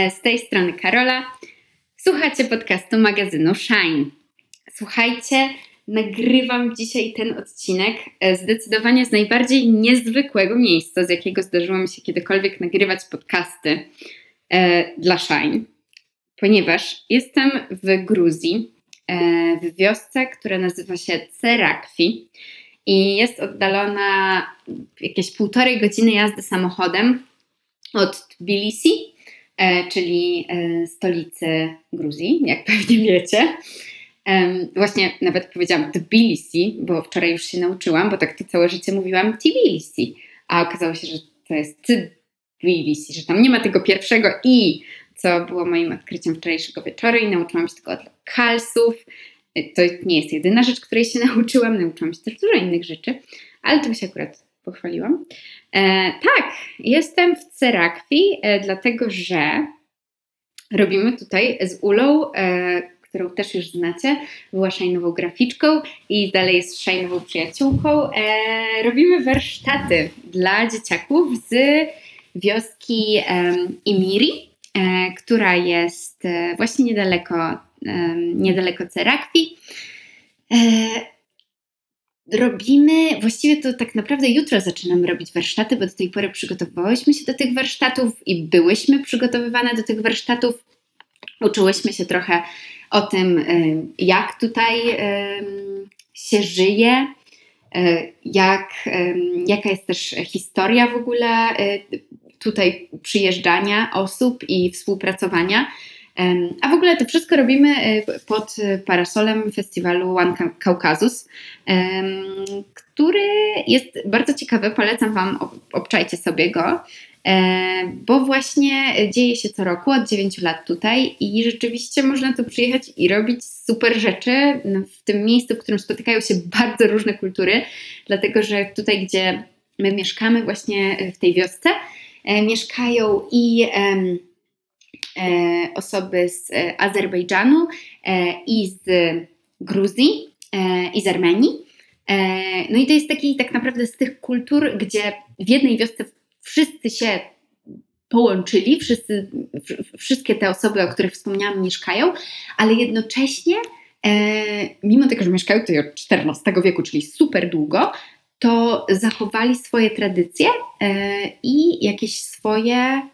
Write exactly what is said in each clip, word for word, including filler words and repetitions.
Z tej strony Karola. Słuchacie podcastu magazynu Shine. Słuchajcie, nagrywam dzisiaj ten odcinek zdecydowanie z najbardziej niezwykłego miejsca, z jakiego zdarzyło mi się kiedykolwiek nagrywać podcasty e, dla Shine. Ponieważ jestem w Gruzji, e, w wiosce, która nazywa się Cerakwi i jest oddalona jakieś półtorej godziny jazdy samochodem od Tbilisi, e, czyli e, stolicy Gruzji, jak pewnie wiecie. E, właśnie nawet powiedziałam Tbilisi, bo wczoraj już się nauczyłam, bo tak to całe życie mówiłam Tbilisi, a okazało się, że to jest Tbilisi, że tam nie ma tego pierwszego i, co było moim odkryciem wczorajszego wieczoru i nauczyłam się tego od lokalsów. To nie jest jedyna rzecz, której się nauczyłam, nauczyłam się też dużo innych rzeczy, ale to się akurat pochwaliłam. E, tak, jestem w Cerakwi, e, dlatego że robimy tutaj z Ulą, e, którą też już znacie, była Shine'ową graficzką i dalej jest Shine'ową przyjaciółką. E, robimy warsztaty dla dzieciaków z wioski e, Imiri, e, która jest e, właśnie niedaleko, e, niedaleko Cerakwi. E, Robimy, właściwie to tak naprawdę jutro zaczynamy robić warsztaty, bo do tej pory przygotowywałyśmy się do tych warsztatów i byłyśmy przygotowywane do tych warsztatów. Uczyłyśmy się trochę o tym, jak tutaj się żyje, jak, jaka jest też historia w ogóle tutaj przyjeżdżania osób i współpracowania. A w ogóle to wszystko robimy pod parasolem festiwalu One Caucasus, który jest bardzo ciekawy, polecam Wam, obczajcie sobie go, bo właśnie dzieje się co roku od dziewięciu lat tutaj i rzeczywiście można tu przyjechać i robić super rzeczy w tym miejscu, w którym spotykają się bardzo różne kultury, dlatego że tutaj, gdzie my mieszkamy właśnie w tej wiosce, mieszkają i osoby z Azerbejdżanu i z Gruzji i z Armenii. No i to jest taki tak naprawdę z tych kultur, gdzie w jednej wiosce wszyscy się połączyli, wszyscy, wszystkie te osoby, o których wspomniałam, mieszkają, ale jednocześnie mimo tego, że mieszkają tutaj od czternastego wieku, czyli super długo, to zachowali swoje tradycje i jakieś swoje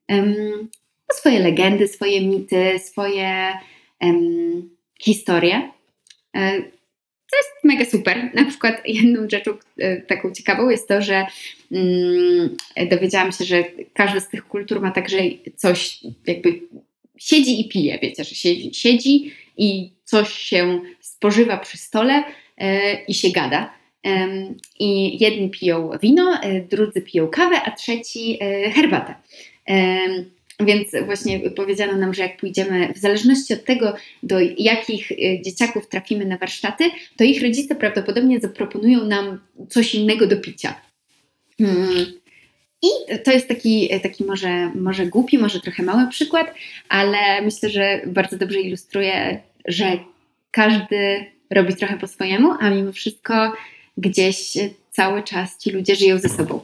swoje legendy, swoje mity, swoje um, historie. E, to jest mega super. Na przykład jedną rzeczą e, taką ciekawą jest to, że mm, dowiedziałam się, że każda z tych kultur ma także coś jakby siedzi i pije, wiecie, że siedzi, siedzi i coś się spożywa przy stole e, i się gada. E, I jedni piją wino, e, drudzy piją kawę, a trzeci e, herbatę. E, Więc właśnie powiedziano nam, że jak pójdziemy, w zależności od tego, do jakich dzieciaków trafimy na warsztaty, to ich rodzice prawdopodobnie zaproponują nam coś innego do picia. Hmm. I to jest taki, taki może, może głupi, może trochę mały przykład, ale myślę, że bardzo dobrze ilustruje, że każdy robi trochę po swojemu, a mimo wszystko gdzieś cały czas ci ludzie żyją ze sobą.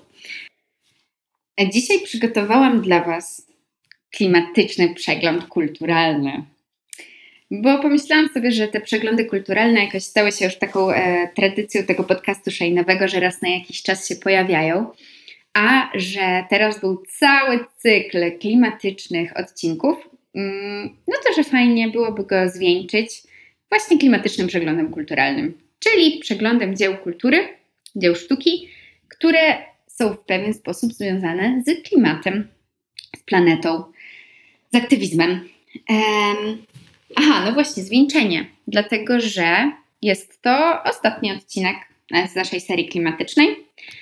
Dzisiaj przygotowałam dla Was klimatyczny przegląd kulturalny. Bo pomyślałam sobie, że te przeglądy kulturalne jakoś stały się już taką e, tradycją tego podcastu Shine'owego, że raz na jakiś czas się pojawiają, a że teraz był cały cykl klimatycznych odcinków, mm, no to że fajnie byłoby go zwieńczyć właśnie klimatycznym przeglądem kulturalnym, czyli przeglądem dzieł kultury, dzieł sztuki, które są w pewien sposób związane z klimatem, z planetą, z aktywizmem. Um, aha, no właśnie, zwieńczenie. Dlatego, że jest to ostatni odcinek z naszej serii klimatycznej.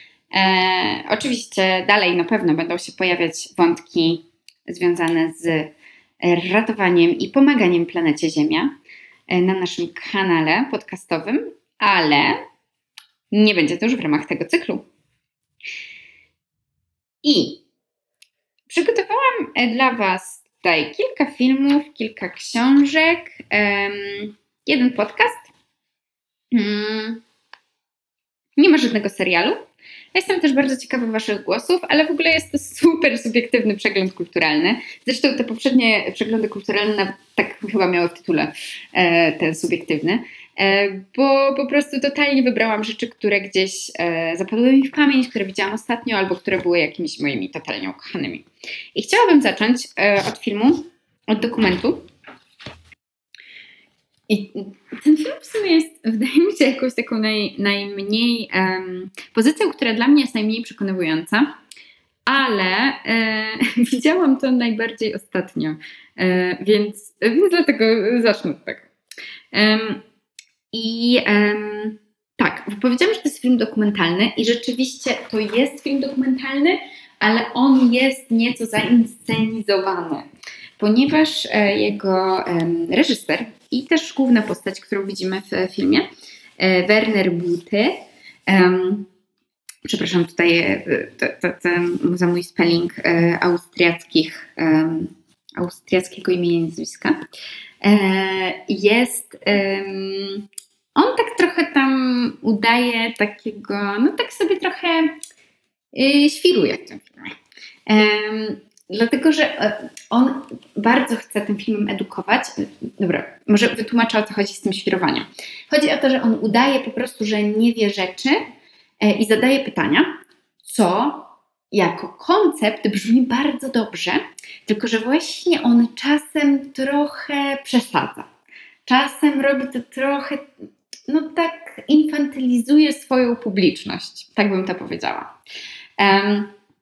E, oczywiście dalej na pewno będą się pojawiać wątki związane z ratowaniem i pomaganiem planecie Ziemia na naszym kanale podcastowym, ale nie będzie to już w ramach tego cyklu. I przygotowałam dla Was tutaj kilka filmów, kilka książek, um, jeden podcast. Hmm. Nie ma żadnego serialu, Ja jestem też bardzo ciekawa Waszych głosów, ale w ogóle jest to super subiektywny przegląd kulturalny. Zresztą te poprzednie przeglądy kulturalne tak chyba miały w tytule e, ten subiektywny, e, bo po prostu totalnie wybrałam rzeczy, które gdzieś e, zapadły mi w pamięć, które widziałam ostatnio albo które były jakimiś moimi totalnie ukochanymi. I chciałabym zacząć e, od filmu, od dokumentu. I ten film w sumie jest, wydaje mi się, jakąś taką naj, najmniej, um, pozycją, która dla mnie jest najmniej przekonywująca, ale e, widziałam to najbardziej ostatnio, e, więc, więc dlatego zacznę od tego. Um, I um, tak, powiedziałam, że to jest film dokumentalny i rzeczywiście to jest film dokumentalny, ale on jest nieco zainscenizowany, ponieważ e, jego e, reżyser i też główna postać, którą widzimy w filmie, e, Werner Buthe, e, przepraszam tutaj e, to, to, to, za mój spelling e, austriackich, e, austriackiego imienia i nazwiska, e, jest, e, on tak trochę tam udaje takiego, no tak sobie trochę e, świruje w tym filmie. E, Dlatego, że on bardzo chce tym filmem edukować. Dobra, może wytłumaczę, o co chodzi z tym świrowaniem. Chodzi o to, że on udaje po prostu, że nie wie rzeczy i zadaje pytania, co jako koncept brzmi bardzo dobrze, tylko że właśnie on czasem trochę przesadza. Czasem robi to trochę, no tak infantylizuje swoją publiczność. Tak bym to powiedziała. Um,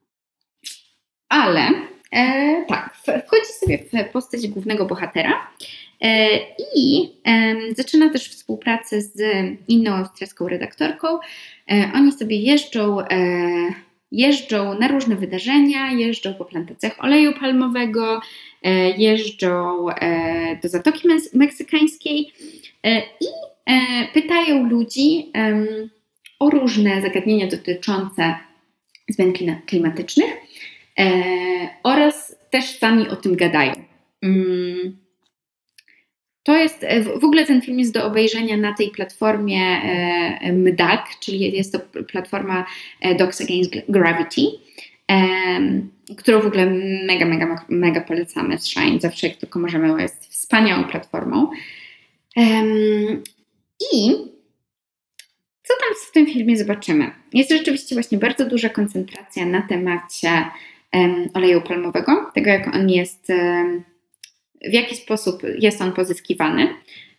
ale E, tak, wchodzi sobie w postać głównego bohatera e, i e, zaczyna też współpracę z inną austriacką redaktorką. E, oni sobie jeżdżą, e, jeżdżą na różne wydarzenia, jeżdżą po plantacjach oleju palmowego, e, jeżdżą e, do Zatoki Meksykańskiej e, i e, pytają ludzi e, o różne zagadnienia dotyczące zmian klimatycznych. E, oraz też sami o tym gadają. Mm. To jest, w ogóle ten film jest do obejrzenia na tej platformie e, M D A G, czyli jest to platforma e, Dogs Against Gravity, e, którą w ogóle mega, mega, mega polecamy z Shine. Zawsze jak tylko możemy, jest wspaniałą platformą. E, I co tam w tym filmie zobaczymy? Jest rzeczywiście właśnie bardzo duża koncentracja na temacie oleju palmowego, tego jak on jest, w jaki sposób jest on pozyskiwany.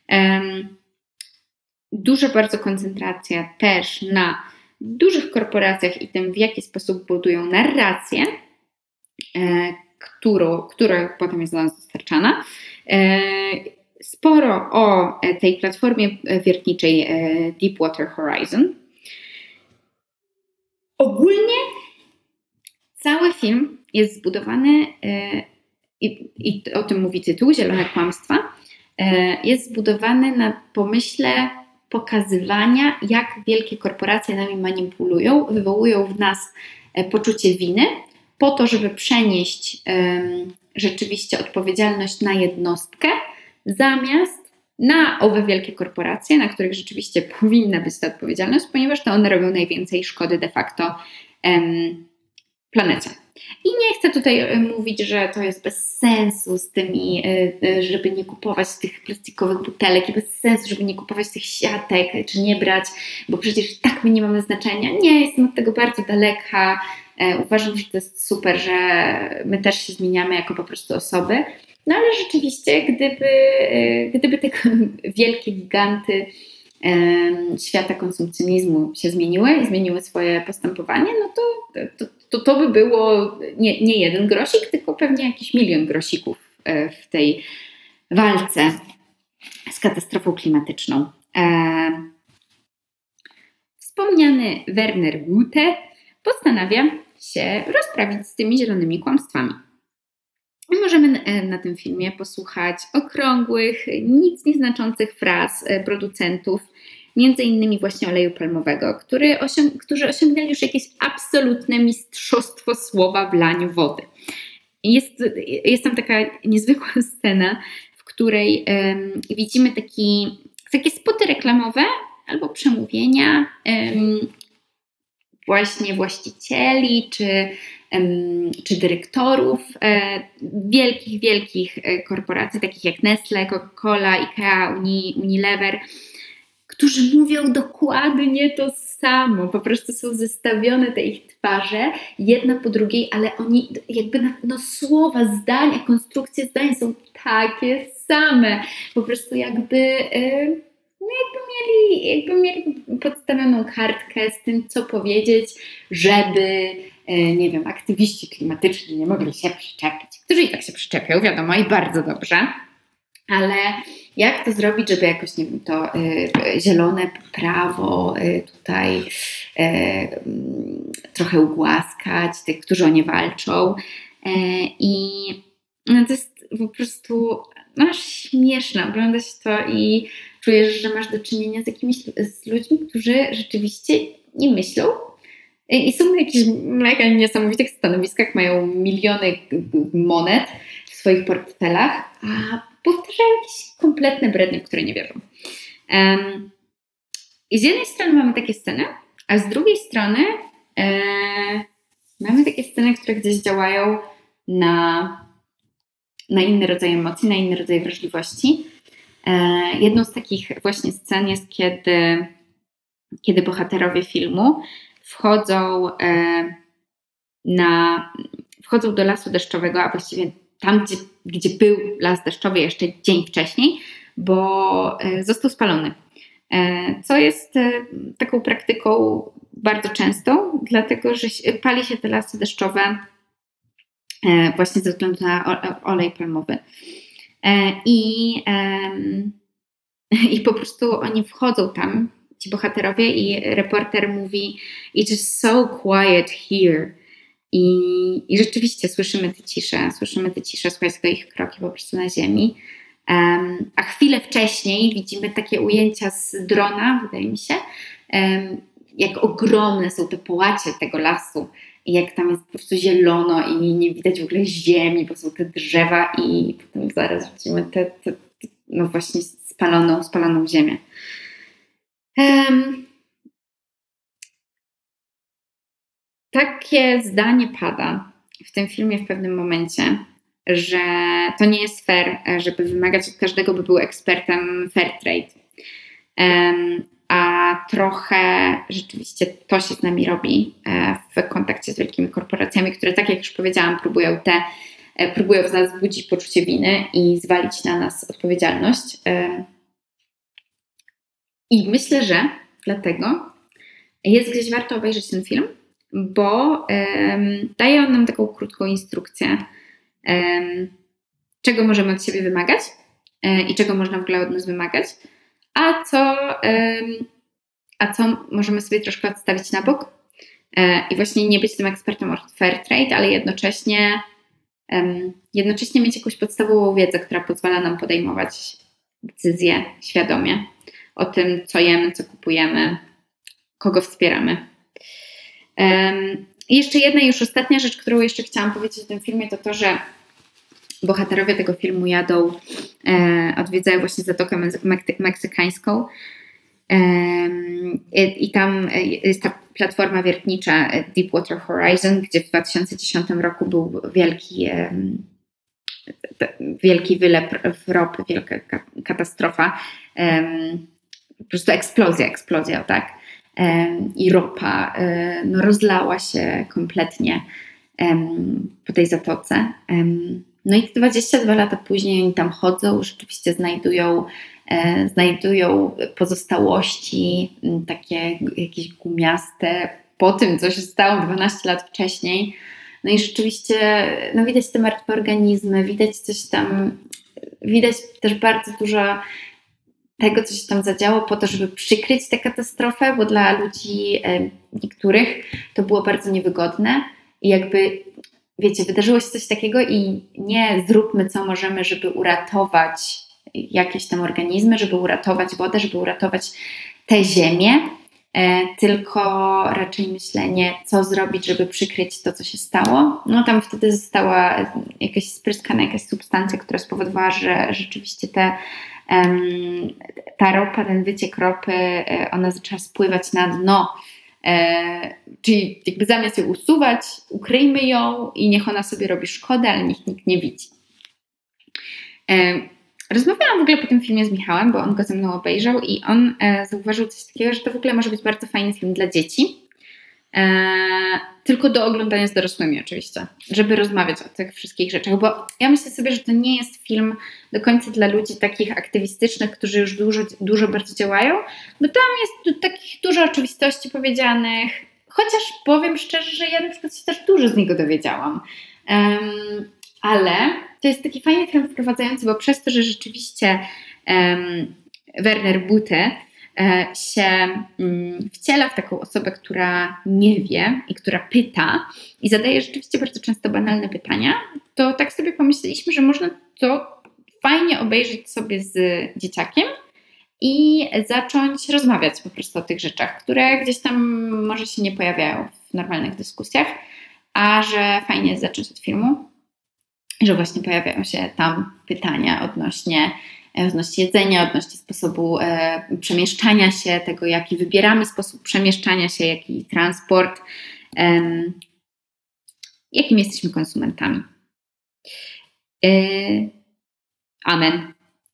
Duża bardzo koncentracja też na dużych korporacjach i tym, w jaki sposób budują narrację, którą, która potem jest do nas dostarczana. Sporo o tej platformie wiertniczej Deepwater Horizon. Ogólnie cały film jest zbudowany, yy, i, i o tym mówi tytuł, Zielone kłamstwa, yy, jest zbudowany na pomyśle pokazywania, jak wielkie korporacje nami manipulują, wywołują w nas yy, poczucie winy, po to, żeby przenieść yy, rzeczywiście odpowiedzialność na jednostkę, zamiast na owe wielkie korporacje, na których rzeczywiście powinna być ta odpowiedzialność, ponieważ to one robią najwięcej szkody de facto yy, planecie. I nie chcę tutaj mówić, że to jest bez sensu z tymi, żeby nie kupować tych plastikowych butelek i bez sensu, żeby nie kupować tych siatek, czy nie brać, bo przecież tak my nie mamy znaczenia. Nie, jestem od tego bardzo daleka. Uważam, że to jest super, że my też się zmieniamy jako po prostu osoby. No ale rzeczywiście, gdyby, gdyby te wielkie giganty świata konsumpcjonizmu się zmieniły i zmieniły swoje postępowanie, no to to, to, to by było nie, nie jeden grosik, tylko pewnie jakiś milion grosików w tej walce z katastrofą klimatyczną. Wspomniany Werner Buthe postanawia się rozprawić z tymi zielonymi kłamstwami. I możemy na tym filmie posłuchać okrągłych, nic nieznaczących fraz producentów, między innymi właśnie oleju palmowego, który osiąg- którzy osiągnęli już jakieś absolutne mistrzostwo słowa w laniu wody. Jest, jest tam taka niezwykła scena, w której um, widzimy taki, takie spoty reklamowe albo przemówienia um, właśnie właścicieli czy, czy dyrektorów wielkich, wielkich korporacji, takich jak Nestle, Coca-Cola, IKEA, Unilever, którzy mówią dokładnie to samo. Po prostu są zestawione te ich twarze, jedna po drugiej, ale oni jakby no, no słowa, zdania, konstrukcje zdań są takie same. Po prostu jakby... Yy, No jakby mieli, jakby mieli podstawioną kartkę z tym, co powiedzieć, żeby, nie wiem, aktywiści klimatyczni nie mogli się przyczepić. Którzy i tak się przyczepią, wiadomo, i bardzo dobrze. Ale jak to zrobić, żeby jakoś, nie wiem, to y, zielone prawo y, tutaj y, y, trochę ugłaskać, tych, którzy o nie walczą. Y, I no to jest po prostu no, śmieszne oglądać to i czujesz, że masz do czynienia z jakimiś z ludźmi, którzy rzeczywiście nie myślą i są na jakichś mega niesamowitych stanowiskach, mają miliony monet w swoich portfelach, a powtarzają jakieś kompletne brednie, w które nie wierzą. Um, I z jednej strony mamy takie sceny, a z drugiej strony e, mamy takie sceny, które gdzieś działają na, na inny rodzaj emocji, na inny rodzaj wrażliwości. Jedną z takich właśnie scen jest, kiedy, kiedy bohaterowie filmu wchodzą, na, wchodzą do lasu deszczowego, a właściwie tam, gdzie, gdzie był las deszczowy jeszcze dzień wcześniej, bo został spalony. Co jest taką praktyką bardzo częstą, dlatego że pali się te lasy deszczowe właśnie ze względu na olej palmowy. I, um, I po prostu oni wchodzą tam, ci bohaterowie, i reporter mówi "It is so quiet here". I, i rzeczywiście słyszymy tę ciszę, słyszymy tę ciszę, słuchajcie, to ich kroki po prostu na ziemi. Um, a chwilę wcześniej widzimy takie ujęcia z drona, wydaje mi się, um, jak ogromne są te połacie tego lasu. I jak tam jest po prostu zielono i nie widać w ogóle ziemi, bo są te drzewa i potem zaraz widzimy tę, te, te, no właśnie spaloną, spaloną ziemię. Um, takie zdanie pada w tym filmie w pewnym momencie, że to nie jest fair, żeby wymagać od każdego, by był ekspertem fair trade. Um, a trochę rzeczywiście to się z nami robi w kontakcie z wielkimi korporacjami, które, tak jak już powiedziałam, próbują, te, próbują z nas wzbudzić poczucie winy i zwalić na nas odpowiedzialność. I myślę, że dlatego jest gdzieś warto obejrzeć ten film, bo daje on nam taką krótką instrukcję, czego możemy od siebie wymagać i czego można w ogóle od nas wymagać, a co, a co możemy sobie troszkę odstawić na bok i właśnie nie być tym ekspertem od fair trade, ale jednocześnie, jednocześnie mieć jakąś podstawową wiedzę, która pozwala nam podejmować decyzje świadomie o tym, co jemy, co kupujemy, kogo wspieramy. I jeszcze jedna, już ostatnia rzecz, którą jeszcze chciałam powiedzieć w tym filmie, to to, że bohaterowie tego filmu jadą, e, odwiedzają właśnie Zatokę Meksyk- Meksykańską e, i tam jest ta platforma wiertnicza Deepwater Horizon, gdzie w dwa tysiące dziesiątym roku był wielki, e, wielki wylep ropy, wielka katastrofa, e, po prostu eksplozja, eksplozja, tak? E, I ropa e, no, rozlała się kompletnie e, po tej zatoce. E, No i dwadzieścia dwa lata później oni tam chodzą, rzeczywiście znajdują, e, znajdują pozostałości m, takie jakieś gumiaste po tym, co się stało dwanaście lat wcześniej. No i rzeczywiście no widać te martwe organizmy, widać coś tam, widać też bardzo dużo tego, co się tam zadziało po to, żeby przykryć tę katastrofę, bo dla ludzi e, niektórych to było bardzo niewygodne i jakby wiecie, wydarzyło się coś takiego i nie zróbmy co możemy, żeby uratować jakieś tam organizmy, żeby uratować wodę, żeby uratować tę ziemię, e, tylko raczej myślenie, co zrobić, żeby przykryć to, co się stało. No tam wtedy została jakaś spryskana jakaś substancja, która spowodowała, że rzeczywiście te, um, ta ropa, ten wyciek ropy, ona zaczęła spływać na dno E, czyli jakby zamiast ją usuwać, ukryjmy ją i niech ona sobie robi szkodę, ale niech nikt nie widzi. E, rozmawiałam w ogóle po tym filmie z Michałem, bo on go ze mną obejrzał i on e, zauważył coś takiego, że to w ogóle może być bardzo fajny film dla dzieci. Eee, tylko do oglądania z dorosłymi oczywiście, żeby rozmawiać o tych wszystkich rzeczach, bo ja myślę sobie, że to nie jest film do końca dla ludzi takich aktywistycznych, którzy już dużo, dużo bardzo działają, bo tam jest takich dużo oczywistości powiedzianych, chociaż powiem szczerze, że ja na przykład się też dużo z niego dowiedziałam, um, ale to jest taki fajny film wprowadzający, bo przez to, że rzeczywiście um, Werner Buthe się wciela w taką osobę, która nie wie i która pyta i zadaje rzeczywiście bardzo często banalne pytania, to tak sobie pomyśleliśmy, że można to fajnie obejrzeć sobie z dzieciakiem i zacząć rozmawiać po prostu o tych rzeczach, które gdzieś tam może się nie pojawiają w normalnych dyskusjach, a że fajnie jest zacząć od filmu, że właśnie pojawiają się tam pytania odnośnie odnośnie jedzenia, odnośnie sposobu e, przemieszczania się, tego jaki wybieramy sposób przemieszczania się, jaki transport, e, jakim jesteśmy konsumentami. E, amen.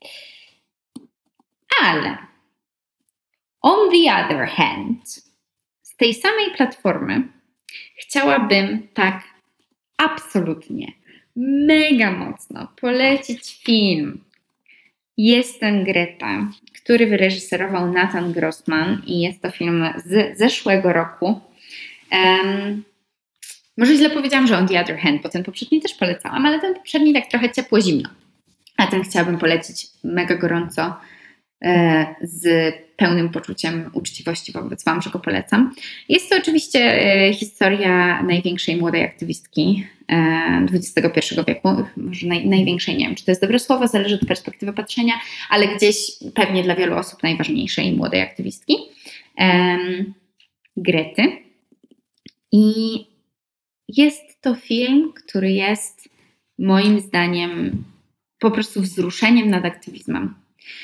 Ale on the other hand, z tej samej platformy chciałabym tak absolutnie, mega mocno polecić film Jestem Greta, który wyreżyserował Nathan Grossman i jest to film z zeszłego roku. Um, może źle powiedziałam, że on the other hand, bo ten poprzedni też polecałam, ale ten poprzedni tak trochę ciepło-zimno. A ten chciałabym polecić mega gorąco, e, z pełnym poczuciem uczciwości wobec Wam, że go polecam. Jest to oczywiście e, historia największej młodej aktywistki e, dwudziestego pierwszego wieku, może naj, największej, nie wiem, czy to jest dobre słowo, zależy od perspektywy patrzenia, ale gdzieś pewnie dla wielu osób najważniejszej młodej aktywistki, e, Grety. I jest to film, który jest moim zdaniem po prostu wzruszeniem nad aktywizmem.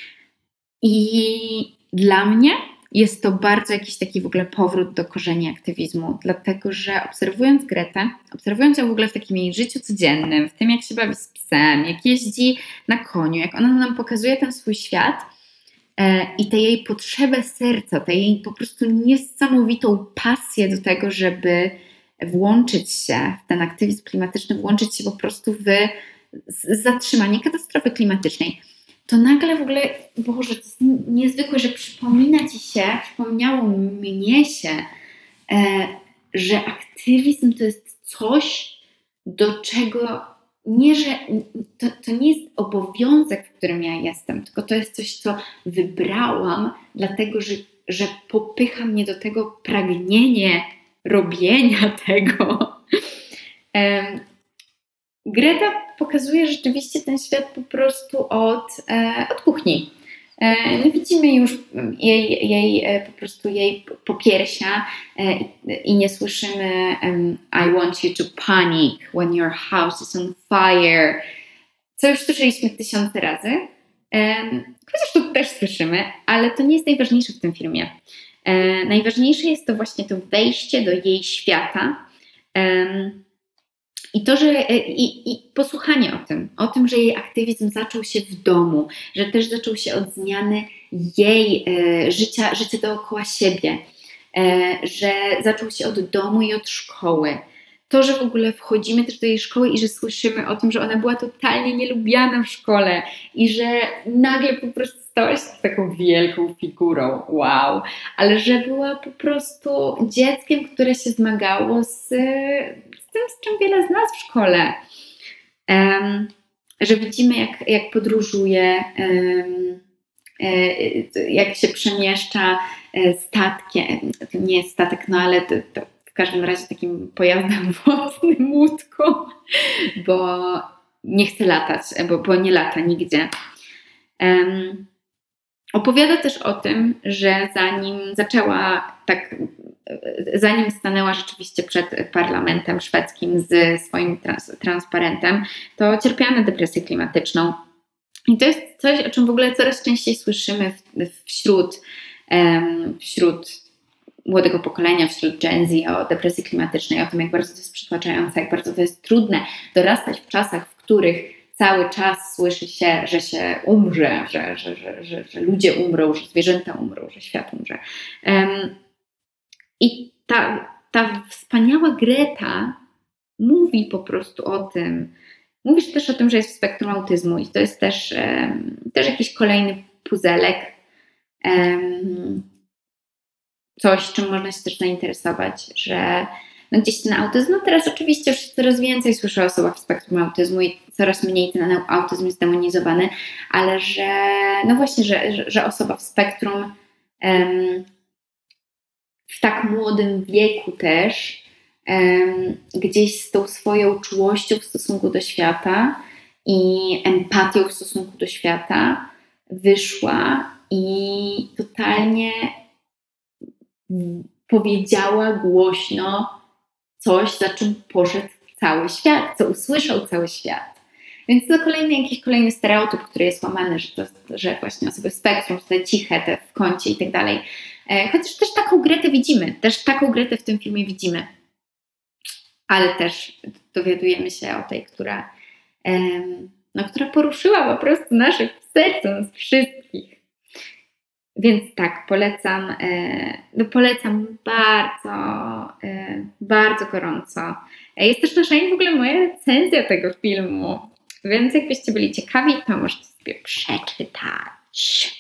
I dla mnie jest to bardzo jakiś taki w ogóle powrót do korzeni aktywizmu, dlatego że obserwując Gretę, obserwując ją w ogóle w takim jej życiu codziennym, w tym jak się bawi z psem, jak jeździ na koniu, jak ona nam pokazuje ten swój świat e, i tę jej potrzebę serca, tę jej po prostu niesamowitą pasję do tego, żeby włączyć się w ten aktywizm klimatyczny, włączyć się po prostu w zatrzymanie katastrofy klimatycznej. To nagle w ogóle, Boże, to jest niezwykłe, że przypomina Ci się, przypomniało mnie się, e, że aktywizm to jest coś, do czego nie, że to, to nie jest obowiązek, w którym ja jestem, tylko to jest coś, co wybrałam, dlatego że, że popycha mnie do tego pragnienie robienia tego. E, Greta pokazuje rzeczywiście ten świat po prostu od, e, od kuchni. E, nie widzimy już jej, jej e, po prostu jej popiersia e, i nie słyszymy um, I want you to panic when your house is on fire, co już słyszeliśmy tysiące razy. E, chociaż to też słyszymy, ale to nie jest najważniejsze w tym filmie. E, najważniejsze jest to właśnie to wejście do jej świata. E, I to, że i, i posłuchanie o tym, o tym, że jej aktywizm zaczął się w domu, że też zaczął się od zmiany jej e, życia, życia dookoła siebie, e, że zaczął się od domu i od szkoły. To, że w ogóle wchodzimy też do jej szkoły i że słyszymy o tym, że ona była totalnie nielubiana w szkole i że nagle po prostu stała się taką wielką figurą, wow, ale że była po prostu dzieckiem, które się zmagało z, z tym, z czym wiele z nas w szkole. Um, że widzimy, jak, jak podróżuje, um, jak się przemieszcza statkiem, to nie jest statek, no ale to, to w każdym razie takim pojazdem własnym, łódką, bo nie chce latać, bo, bo nie lata nigdzie. Um, opowiada też o tym, że zanim zaczęła tak, zanim stanęła rzeczywiście przed parlamentem szwedzkim z swoim trans, transparentem, to cierpiała na depresję klimatyczną. I to jest coś, o czym w ogóle coraz częściej słyszymy w, wśród, um, wśród młodego pokolenia wśród Gen Z, o depresji klimatycznej, o tym, jak bardzo to jest przytłaczające, jak bardzo to jest trudne dorastać w czasach, w których cały czas słyszy się, że się umrze, że, że, że, że, że ludzie umrą, że zwierzęta umrą, że świat umrze. Um, I ta, ta wspaniała Greta mówi po prostu o tym. Mówisz też o tym, że jest w spektrum autyzmu i to jest też, um, też jakiś kolejny puzelek. Um, coś, czym można się też zainteresować, że no gdzieś ten autyzm, no teraz oczywiście już coraz więcej słyszę o osobach w spektrum autyzmu i coraz mniej ten autyzm jest demonizowany, ale że no właśnie, że, że, że osoba w spektrum um, w tak młodym wieku też um, gdzieś z tą swoją czułością w stosunku do świata i empatią w stosunku do świata wyszła i totalnie powiedziała głośno coś, za czym poszedł cały świat, co usłyszał cały świat. Więc to kolejny jakiś kolejny stereotyp, który jest łamany, że, to, że właśnie osoby w spektrum, te ciche, te w kącie i tak dalej. Chociaż też taką Gretę widzimy, też taką Gretę w tym filmie widzimy. Ale też dowiadujemy się o tej, która, no, która poruszyła po prostu nasze serce, nas wszystkich. Więc tak, polecam, no polecam bardzo, bardzo gorąco. Jest też na szali w ogóle moja recenzja tego filmu, więc jakbyście byli ciekawi, to możecie sobie przeczytać.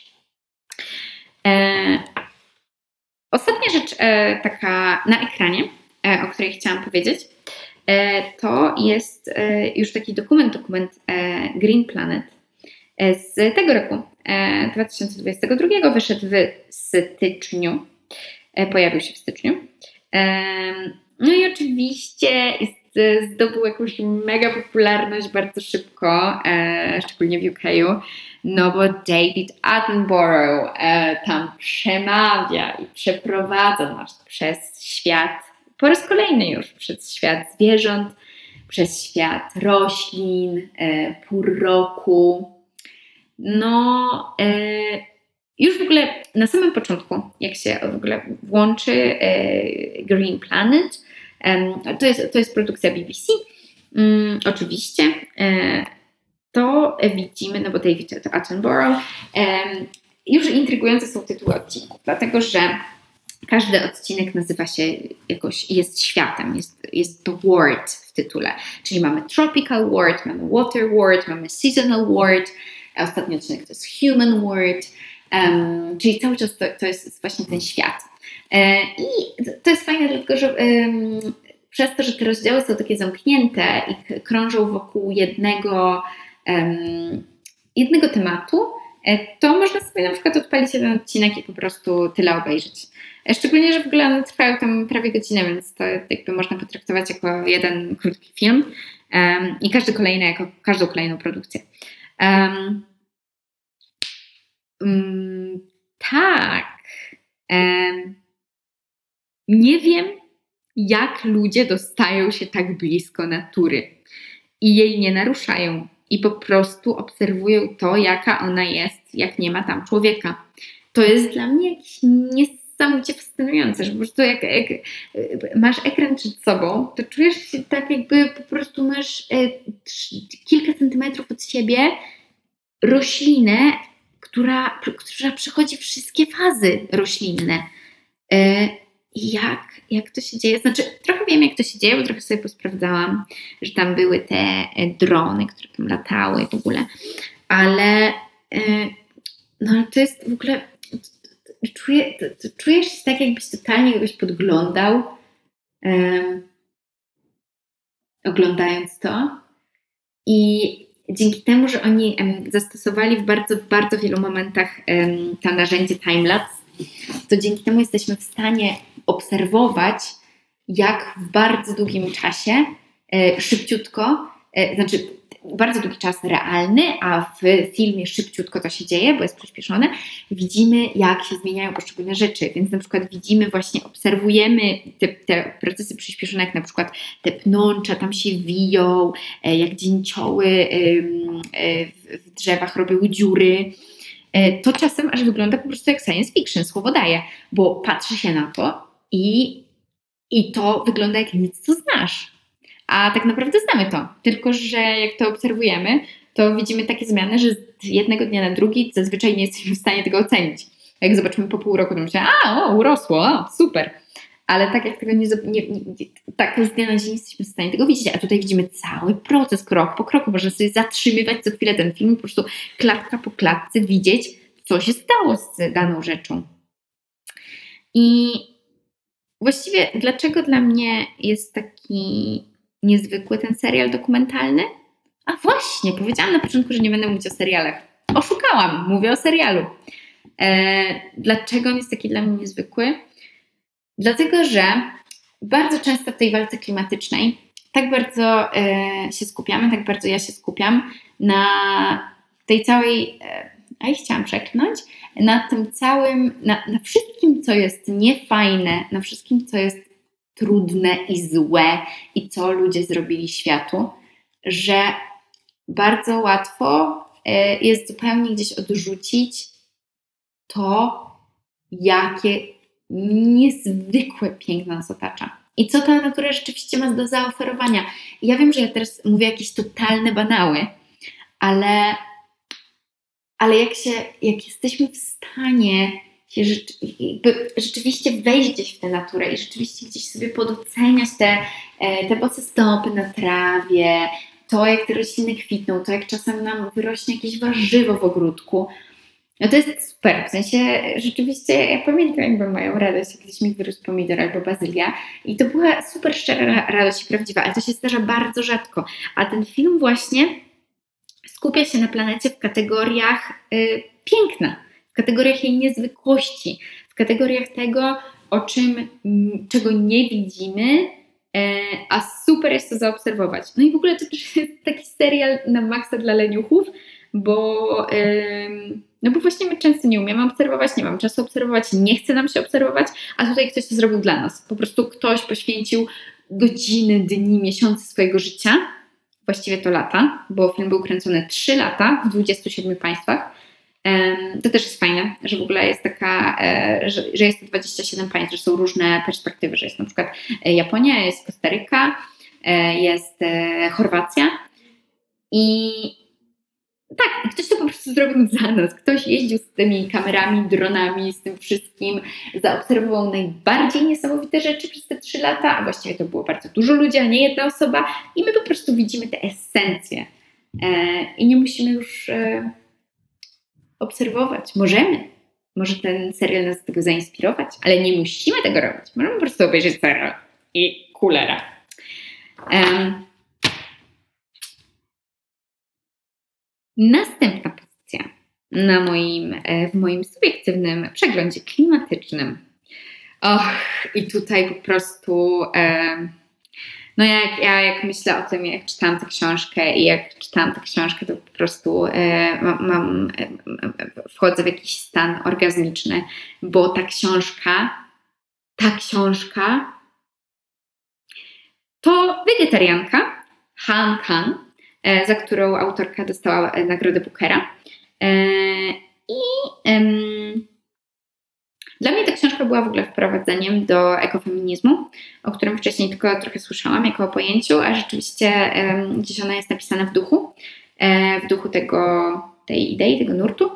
Ostatnia rzecz taka na ekranie, o której chciałam powiedzieć, to jest już taki dokument, dokument Green Planet z tego roku, dwa tysiące dwudziestego drugiego, wyszedł w styczniu, pojawił się w styczniu. No i oczywiście jest, zdobył jakąś mega popularność bardzo szybko, szczególnie w U K u, no bo David Attenborough tam przemawia i przeprowadza nas przez świat, po raz kolejny już, przez świat zwierząt, przez świat roślin, pór roku. No, e, już w ogóle na samym początku, jak się w ogóle włączy e, Green Planet, e, to, jest, to jest produkcja B B C, um, oczywiście, e, to widzimy, no bo David Attenborough, e, już intrygujące są tytuły odcinków, dlatego że każdy odcinek nazywa się jakoś, jest światem, jest, jest to world w tytule, czyli mamy tropical world, mamy water world, mamy seasonal world, a ostatni odcinek to jest human world, um, czyli cały czas to, to jest właśnie ten świat. E, I to jest fajne, dlatego że um, przez to, że te rozdziały są takie zamknięte i krążą wokół jednego, um, jednego tematu, e, to można sobie na przykład odpalić jeden odcinek i po prostu tyle obejrzeć. E, szczególnie, że w ogóle one trwają tam prawie godzinę, więc to jakby można potraktować jako jeden krótki film um, i każdy kolejny jako każdą kolejną produkcję. Um, um, tak. Um, nie wiem, jak ludzie dostają się tak blisko natury i jej nie naruszają i po prostu obserwują to, jaka ona jest, jak nie ma tam człowieka. To jest dla mnie jakieś niesamowicie fascynujące, że po prostu jak, jak masz ekran przed sobą, to czujesz się tak, jakby po prostu masz e, kilka centymetrów od siebie roślinę, która, która przechodzi wszystkie fazy roślinne. E, jak, jak to się dzieje? Znaczy, trochę wiem, jak to się dzieje, bo trochę sobie posprawdzałam, że tam były te drony, które tam latały w ogóle, ale e, no to jest w ogóle, czuję, to, to czujesz się tak, jakbyś totalnie kogoś podglądał, e, oglądając to i dzięki temu, że oni um, zastosowali w bardzo, bardzo wielu momentach um, to narzędzie timelapse, to dzięki temu jesteśmy w stanie obserwować, jak w bardzo długim czasie, e, szybciutko, e, znaczy bardzo długi czas realny, a w filmie szybciutko to się dzieje, bo jest przyspieszone, widzimy, jak się zmieniają poszczególne rzeczy. Więc na przykład widzimy właśnie, obserwujemy te, te procesy przyspieszone, jak na przykład te pnącza tam się wiją, e, jak dzięcioły e, e, w drzewach robią dziury. To czasem aż wygląda po prostu jak science fiction, słowo daje, bo patrzy się na to i, i to wygląda jak nic, co znasz. A tak naprawdę znamy to, tylko że jak to obserwujemy, to widzimy takie zmiany, że z jednego dnia na drugi zazwyczaj nie jesteśmy w stanie tego ocenić. Jak zobaczymy po pół roku, to myślimy, a o, urosło, o, super. Ale tak jak tego nie, nie, nie, tak z dnia na dzień jesteśmy w stanie tego widzieć, a tutaj widzimy cały proces, krok po kroku. Można sobie zatrzymywać co chwilę ten film, po prostu klatka po klatce widzieć, co się stało z daną rzeczą. I właściwie dlaczego dla mnie jest taki niezwykły ten serial dokumentalny? A właśnie, powiedziałam na początku, że nie będę mówić o serialach. Oszukałam, mówię o serialu. E, dlaczego on jest taki dla mnie niezwykły? Dlatego, że bardzo często w tej walce klimatycznej tak bardzo e, się skupiamy, tak bardzo ja się skupiam na tej całej, e, a i chciałam przeklnąć, na tym całym, na, na wszystkim, co jest niefajne, na wszystkim, co jest trudne i złe i co ludzie zrobili światu, że bardzo łatwo e, jest zupełnie gdzieś odrzucić to, jakie niezwykłe piękno nas otacza. I co ta natura rzeczywiście ma do zaoferowania. I ja wiem, że ja teraz mówię jakieś totalne banały, ale, ale jak, się, jak jesteśmy w stanie się rzeczy, rzeczywiście wejść gdzieś w tę naturę i rzeczywiście gdzieś sobie podoceniać te, te bose stopy na trawie, to jak te rośliny kwitną, to jak czasem nam wyrośnie jakieś warzywo w ogródku, no to jest super, w sensie rzeczywiście ja pamiętam jakby moją radość, jak gdzieś mi wyrósł pomidor albo bazylia i to była super szczera radość i prawdziwa, ale to się zdarza bardzo rzadko, a ten film właśnie skupia się na planecie w kategoriach y, piękna, w kategoriach jej niezwykłości, w kategoriach tego, o czym, m, czego nie widzimy, e, a super jest to zaobserwować. No i w ogóle to też jest taki serial na maksa dla leniuchów, bo, ym, no bo właśnie my często nie umiemy obserwować, nie mam czasu obserwować, nie chce nam się obserwować, a tutaj ktoś to zrobił dla nas. Po prostu ktoś poświęcił godziny, dni, miesiące swojego życia, właściwie to lata, bo film był kręcony trzy lata w dwudziestu siedmiu państwach. Ym, to też jest fajne, że w ogóle jest taka, e, że, że jest to dwadzieścia siedem państw, że są różne perspektywy, że jest na przykład Japonia, jest Kostaryka, e, jest e, Chorwacja i tak, i ktoś to po prostu zrobił za nas. Ktoś jeździł z tymi kamerami, dronami, z tym wszystkim, zaobserwował najbardziej niesamowite rzeczy przez te trzy lata, a właściwie to było bardzo dużo ludzi, a nie jedna osoba i my po prostu widzimy te esencje e, i nie musimy już e, obserwować. Możemy. Może ten serial nas do tego zainspirować, ale nie musimy tego robić. Możemy po prostu obejrzeć serial i kulera. Um, Następna pozycja na moim, w moim subiektywnym przeglądzie klimatycznym. Och, i tutaj po prostu e, no jak ja jak myślę o tym, jak czytałam tę książkę i jak czytałam tę książkę, to po prostu e, mam, mam e, wchodzę w jakiś stan orgazmiczny, bo ta książka, ta książka to wegetarianka Han Kang, za którą autorka dostała nagrodę Bookera. I um, dla mnie ta książka była w ogóle wprowadzeniem do ekofeminizmu, o którym wcześniej tylko trochę słyszałam jako o pojęciu, a rzeczywiście um, gdzieś ona jest napisana w duchu, w duchu tego, tej idei, tego nurtu.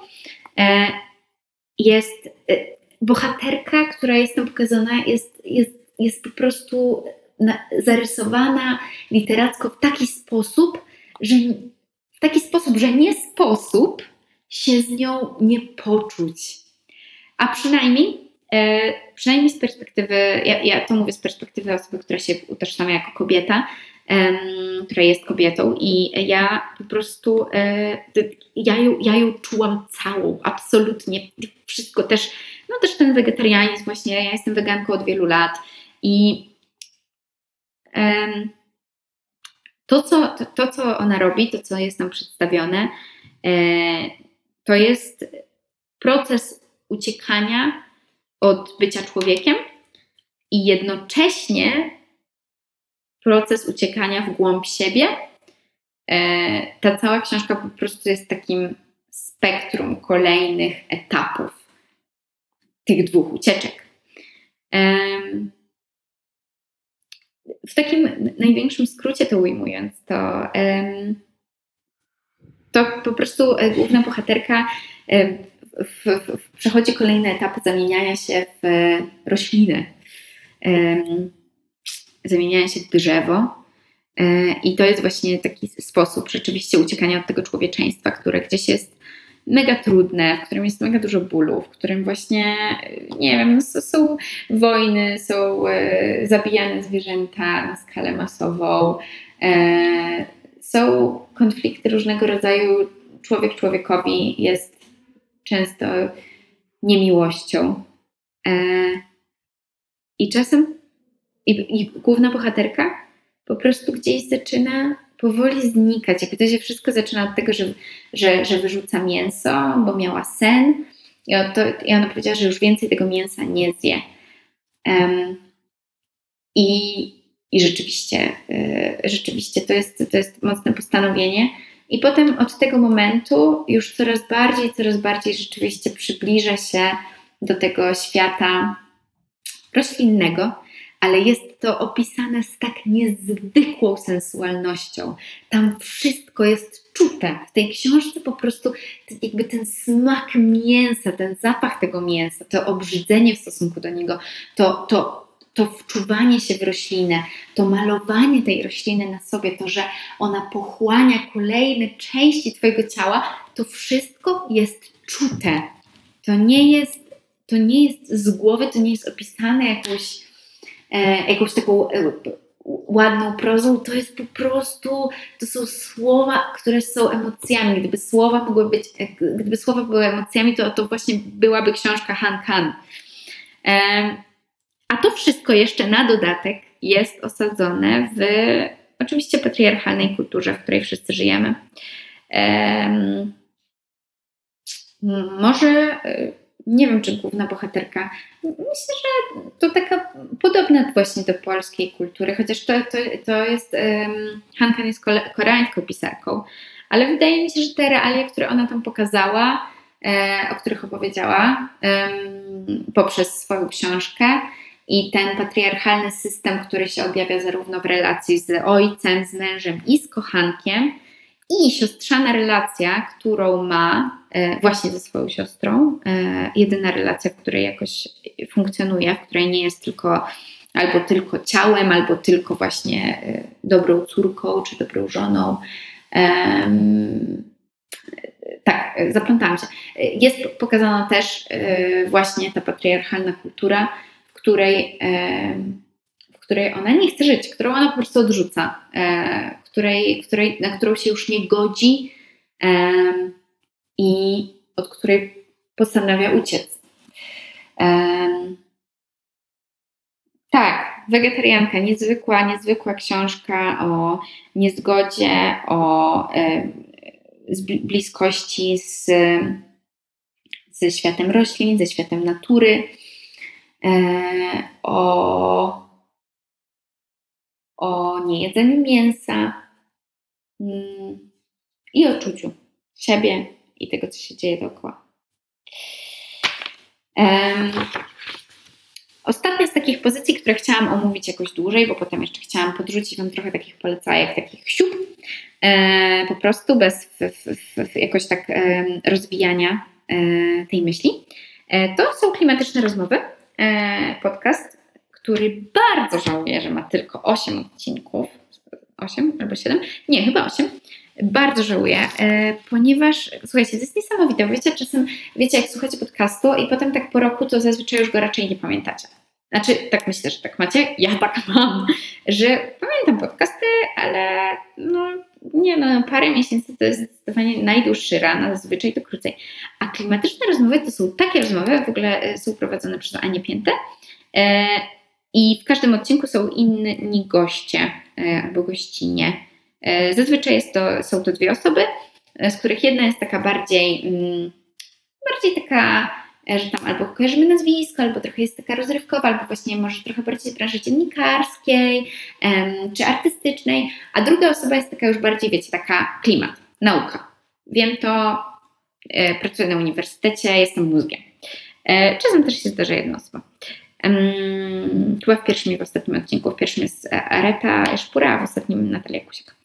Jest bohaterka, która jest tam pokazana, jest, jest, jest po prostu na, zarysowana literacko w taki sposób, że w taki sposób, że nie sposób się z nią nie poczuć. A przynajmniej, e, przynajmniej z perspektywy, ja, ja to mówię z perspektywy osoby, która się utożsamia jako kobieta, e, która jest kobietą i ja po prostu, e, ja, ją, ja ją czułam całą, absolutnie wszystko też, no też ten wegetarianizm właśnie, ja jestem weganką od wielu lat i e, To co, to, to, co ona robi, to, co jest nam przedstawione, e, to jest proces uciekania od bycia człowiekiem i jednocześnie proces uciekania w głąb siebie. E, ta cała książka po prostu jest takim spektrum kolejnych etapów tych dwóch ucieczek. Um, w takim największym skrócie to ujmując, to, to po prostu główna bohaterka w, w, przechodzi kolejny etap zamieniania się w roślinę, zamieniania się w drzewo. I to jest właśnie taki sposób rzeczywiście uciekania od tego człowieczeństwa, które gdzieś jest mega trudne, w którym jest mega dużo bólu, w którym właśnie, nie wiem, no, są wojny, są e, zabijane zwierzęta na skalę masową, e, są konflikty różnego rodzaju, człowiek człowiekowi jest często niemiłością. E, I czasem i, i główna bohaterka po prostu gdzieś zaczyna powoli znikać. Jakby to się wszystko zaczyna od tego, że, że, że wyrzuca mięso, bo miała sen i, to, i ona powiedziała, że już więcej tego mięsa nie zje. Um, i, I rzeczywiście, y, rzeczywiście to jest, to jest mocne postanowienie. I potem od tego momentu już coraz bardziej, coraz bardziej rzeczywiście przybliża się do tego świata roślinnego, ale jest to opisane z tak niezwykłą sensualnością. Tam wszystko jest czute. W tej książce po prostu jakby ten smak mięsa, ten zapach tego mięsa, to obrzydzenie w stosunku do niego, to, to, to wczuwanie się w roślinę, to malowanie tej rośliny na sobie, to, że ona pochłania kolejne części twojego ciała, to wszystko jest czute. To nie jest, to nie jest z głowy, to nie jest opisane jakąś jakąś taką ładną prozą, to jest po prostu, to są słowa, które są emocjami. Gdyby słowa mogły być, gdyby słowa były emocjami, to, to właśnie byłaby książka Han Kang. A to wszystko jeszcze na dodatek jest osadzone w oczywiście patriarchalnej kulturze, w której wszyscy żyjemy. Może nie wiem, czy główna bohaterka. Myślę, że to taka podobna właśnie do polskiej kultury, chociaż to, to, to jest, um, Han Kang jest koreańską pisarką, ale wydaje mi się, że te realia, które ona tam pokazała, e, o których opowiedziała um, poprzez swoją książkę i ten patriarchalny system, który się objawia zarówno w relacji z ojcem, z mężem i z kochankiem, i siostrzana relacja, którą ma e, właśnie ze swoją siostrą, e, jedyna relacja, w której jakoś funkcjonuje, w której nie jest tylko albo tylko ciałem, albo tylko właśnie e, dobrą córką, czy dobrą żoną. E, tak, zaplątałam się. Jest pokazana też e, właśnie ta patriarchalna kultura, w której e, w której ona nie chce żyć, którą ona po prostu odrzuca, e, której, której, na którą się już nie godzi e, i od której postanawia uciec. E, tak, Wegetarianka, niezwykła, niezwykła książka o niezgodzie, o e, z bliskości z, ze światem roślin, ze światem natury, e, o o niejedzeniu mięsa mm, i o czuciu siebie i tego, co się dzieje dookoła. Um, ostatnia z takich pozycji, które chciałam omówić jakoś dłużej, bo potem jeszcze chciałam podrzucić Wam trochę takich polecajek, takich siup, e, po prostu bez w, w, w jakoś tak e, rozwijania e, tej myśli. E, to są klimatyczne rozmowy, e, podcast, który bardzo żałuję, że ma tylko osiem odcinków. osiem albo siedem? Nie, chyba osiem. Bardzo żałuję, e, ponieważ, słuchajcie, to jest niesamowite. Wiecie, czasem, wiecie, jak słuchacie podcastu i potem tak po roku, to zazwyczaj już go raczej nie pamiętacie. Znaczy, tak myślę, że tak macie. Ja tak mam, że pamiętam podcasty, ale no, nie no, parę miesięcy to jest zdecydowanie najdłuższy ran, a zazwyczaj to krócej. A klimatyczne rozmowy to są takie rozmowy, w ogóle są prowadzone przez Anię Piętę, e, i w każdym odcinku są inni goście e, albo gościnie. E, zazwyczaj jest to, są to dwie osoby, e, z których jedna jest taka bardziej, mm, bardziej taka, e, że tam albo kojarzymy nazwisko, albo trochę jest taka rozrywkowa, albo właśnie może trochę bardziej z branży dziennikarskiej e, czy artystycznej, a druga osoba jest taka już bardziej, wiecie, taka klimat, nauka. Wiem to, e, pracuję na uniwersytecie, jestem mózgiem. E, czasem też się zdarza jedna osoba. Um, chyba w pierwszym i w ostatnim odcinku. W pierwszym jest Areta Szpura, a w ostatnim Natalia Kusiak.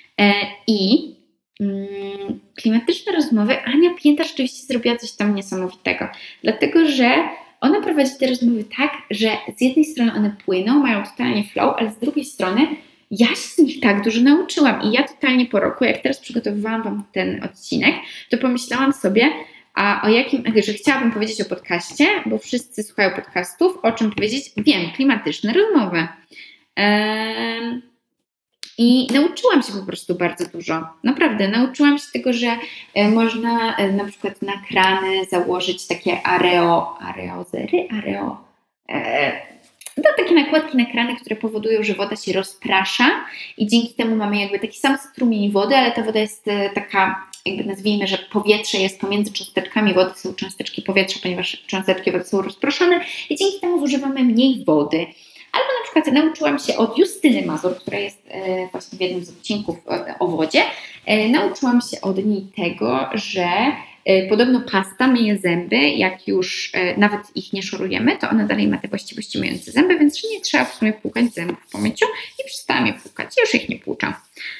I klimatyczne rozmowy, Ania Pięta rzeczywiście zrobiła coś tam niesamowitego, dlatego że ona prowadzi te rozmowy tak, że z jednej strony one płyną, mają totalnie flow, ale z drugiej strony ja się z nich tak dużo nauczyłam i ja totalnie po roku, jak teraz przygotowywałam Wam ten odcinek, to pomyślałam sobie, a o jakim, że chciałabym powiedzieć o podcaście, bo wszyscy słuchają podcastów, o czym powiedzieć? Wiem, klimatyczne rozmowy. Eee, I nauczyłam się po prostu bardzo dużo. Naprawdę, nauczyłam się tego, że e, można e, na przykład na krany założyć takie areo, areozery, areo, e, to takie nakładki na krany, które powodują, że woda się rozprasza i dzięki temu mamy jakby taki sam strumień wody, ale ta woda jest e, taka, jakby nazwijmy, że powietrze jest pomiędzy cząsteczkami wody, są cząsteczki powietrza, ponieważ cząsteczki wody są rozproszone i dzięki temu zużywamy mniej wody. Albo na przykład nauczyłam się od Justyny Mazur, która jest e, właśnie w jednym z odcinków o, o wodzie, e, nauczyłam się od niej tego, że e, podobno pasta myje zęby, jak już e, nawet ich nie szorujemy, to ona dalej ma te właściwości myjące zęby, więc że nie trzeba w sumie płukać zębów po myciu i przestałam je płukać, już ich nie płuczam.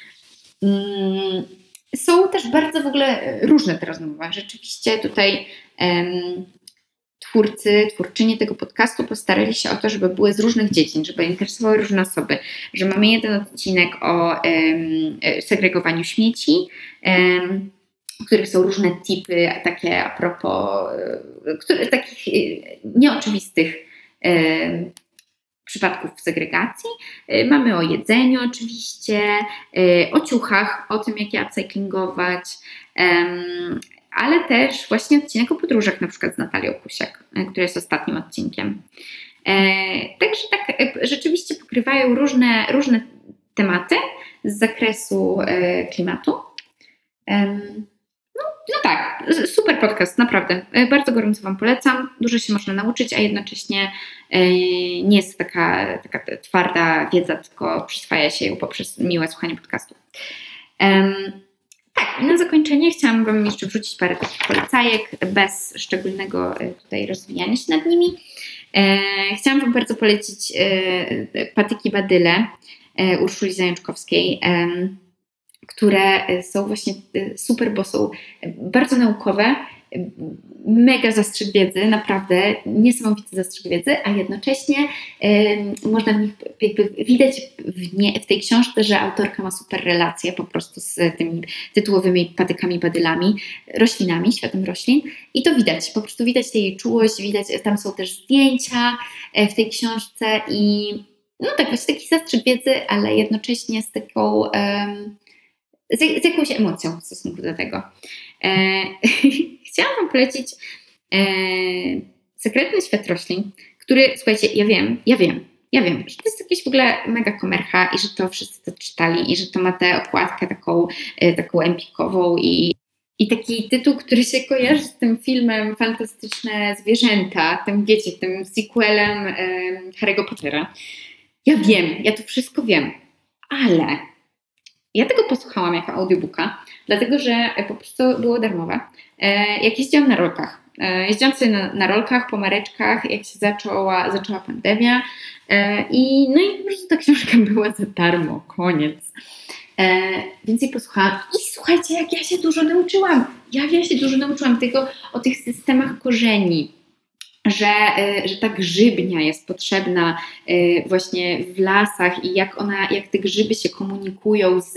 Mm, są też bardzo w ogóle różne te rozmowy. Rzeczywiście tutaj em, twórcy, twórczynie tego podcastu postarali się o to, żeby były z różnych dziedzin, żeby interesowały różne osoby, że mamy jeden odcinek o em, segregowaniu śmieci, em, w których są różne tipy, takie a propos które, takich nieoczywistych em, przypadków segregacji. Mamy o jedzeniu oczywiście, o ciuchach, o tym, jak je upcyklingować, ale też właśnie odcinek o podróżach, na przykład z Natalią Kusiak, który jest ostatnim odcinkiem. Także tak rzeczywiście pokrywają różne, różne tematy z zakresu klimatu. No, no tak, super podcast, naprawdę. Bardzo gorąco Wam polecam. Dużo się można nauczyć, a jednocześnie nie jest to taka, taka twarda wiedza, tylko przyswaja się ją poprzez miłe słuchanie podcastu. Um, tak, i na zakończenie chciałam Wam jeszcze wrzucić parę takich polecajek, bez szczególnego tutaj rozwijania się nad nimi. E, chciałam Wam bardzo polecić e, patyki Badyle e, Urszuli Zajączkowskiej, e, które są właśnie super, bo są bardzo naukowe, mega zastrzyk wiedzy, naprawdę niesamowity zastrzyk wiedzy, a jednocześnie y, można w nich jakby widać w, nie, w tej książce, że autorka ma super relacje po prostu z tymi tytułowymi patykami, badylami, roślinami, światem roślin i to widać, po prostu widać tę jej czułość, widać, tam są też zdjęcia w tej książce i no tak, właśnie taki zastrzyk wiedzy, ale jednocześnie z taką um, z, z jakąś emocją w stosunku do tego. E, chciałam Wam polecić e, Sekretny świat roślin, który, słuchajcie, ja wiem, ja wiem, ja wiem, że to jest jakieś w ogóle mega komercha i że to wszyscy to czytali i że to ma tę okładkę taką, e, taką empikową i, i taki tytuł, który się kojarzy z tym filmem Fantastyczne Zwierzęta, tym, wiecie, tym sequelem e, Harry'ego Pottera. Ja wiem, ja to wszystko wiem, ale ja tego posłuchałam jako audiobooka, dlatego że po prostu było darmowe. Jak jeździłam na rolkach. Jeździłam sobie na, na rolkach, po mareczkach, jak się zaczęła, zaczęła pandemia i no i po prostu ta książka była za darmo, koniec. Więc jej posłuchałam i słuchajcie, jak ja się dużo nauczyłam. Jak ja się dużo nauczyłam tego o tych systemach korzeni. Że, że ta grzybnia jest potrzebna właśnie w lasach i jak ona, jak te grzyby się komunikują z,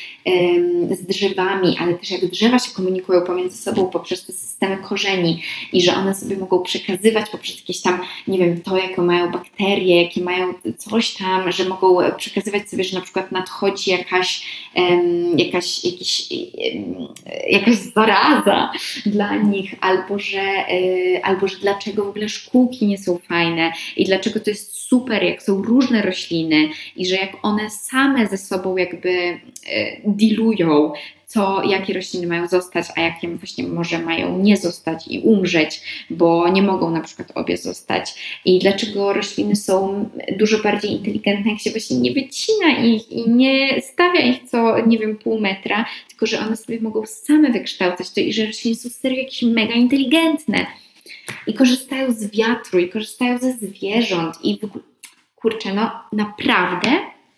z drzewami, ale też jak drzewa się komunikują pomiędzy sobą poprzez te systemy korzeni i że one sobie mogą przekazywać poprzez jakieś tam, nie wiem, to jakie mają bakterie, jakie mają coś tam, że mogą przekazywać sobie, że na przykład nadchodzi jakaś, jakaś, jakiś, jakaś zaraza dla nich, albo że, albo że dlaczego w ogóle szkółki nie są fajne i dlaczego to jest super, jak są różne rośliny i że jak one same ze sobą jakby e, dealują, co, jakie rośliny mają zostać, a jakie właśnie może mają nie zostać i umrzeć, bo nie mogą na przykład obie zostać i dlaczego rośliny są dużo bardziej inteligentne, jak się właśnie nie wycina ich i nie stawia ich co, nie wiem, pół metra, tylko że one sobie mogą same wykształcać to i że rośliny są serio jakieś mega inteligentne. I korzystają z wiatru, i korzystają ze zwierząt, i w ogóle kurczę, no naprawdę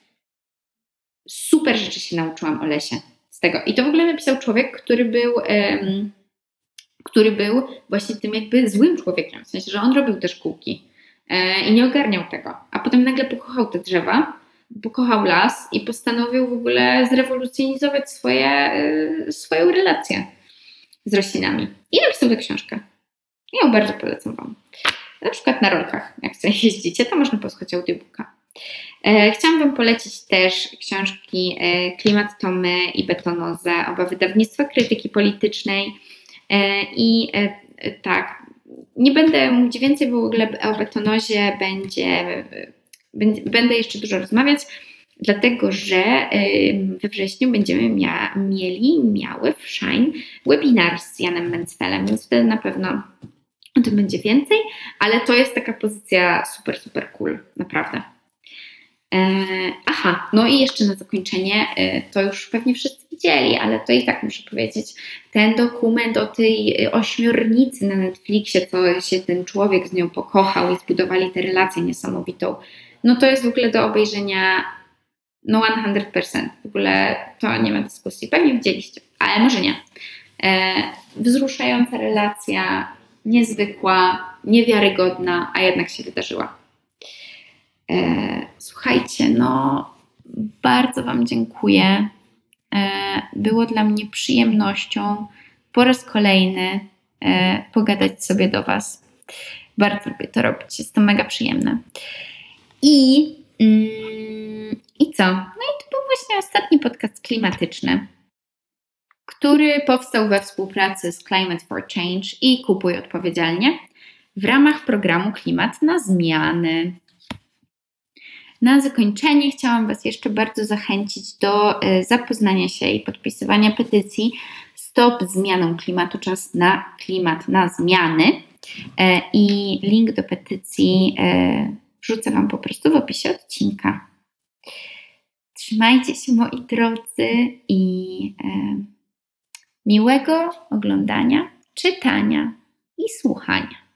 super rzeczy się nauczyłam o lesie z tego. I to w ogóle napisał człowiek, który był, um, który był właśnie tym jakby złym człowiekiem. W sensie, że on robił te szkółki e, i nie ogarniał tego. A potem nagle pokochał te drzewa, pokochał las i postanowił w ogóle zrewolucjonizować swoje, e, swoją relację z roślinami. I napisał tę książkę. Ja ją bardzo polecam Wam. Na przykład na rolkach, jak sobie jeździcie, to można posłuchać audiobooka. E, chciałam Wam polecić też książki e, Klimat to my i Betonozę, oba wydawnictwa krytyki politycznej. E, I e, tak, nie będę mówić więcej, bo w ogóle o betonozie będzie, e, będę jeszcze dużo rozmawiać, dlatego że e, we wrześniu będziemy mia- mieli, miały w Shine webinar z Janem Mencfelem, więc wtedy na pewno o tym będzie więcej, ale to jest taka pozycja super, super cool, naprawdę. E, aha, no i jeszcze na zakończenie, e, to już pewnie wszyscy widzieli, ale to i tak muszę powiedzieć, ten dokument o tej ośmiornicy na Netflixie, co się ten człowiek z nią pokochał i zbudowali tę relację niesamowitą, no to jest w ogóle do obejrzenia no sto procent, w ogóle to nie ma dyskusji, pewnie widzieliście, ale może nie. E, wzruszająca relacja, niezwykła, niewiarygodna, a jednak się wydarzyła. E, słuchajcie, no bardzo Wam dziękuję. E, było dla mnie przyjemnością po raz kolejny e, pogadać sobie do Was. Bardzo lubię to robić, jest to mega przyjemne. I, mm, i co? No i to był właśnie ostatni podcast klimatyczny, który powstał we współpracy z Climate for Change i Kupuj Odpowiedzialnie w ramach programu Klimat na Zmiany. Na zakończenie chciałam Was jeszcze bardzo zachęcić do zapoznania się i podpisywania petycji Stop Zmianom Klimatu, czas na klimat na zmiany. I link do petycji wrzucę Wam po prostu w opisie odcinka. Trzymajcie się, moi drodzy, i miłego oglądania, czytania i słuchania.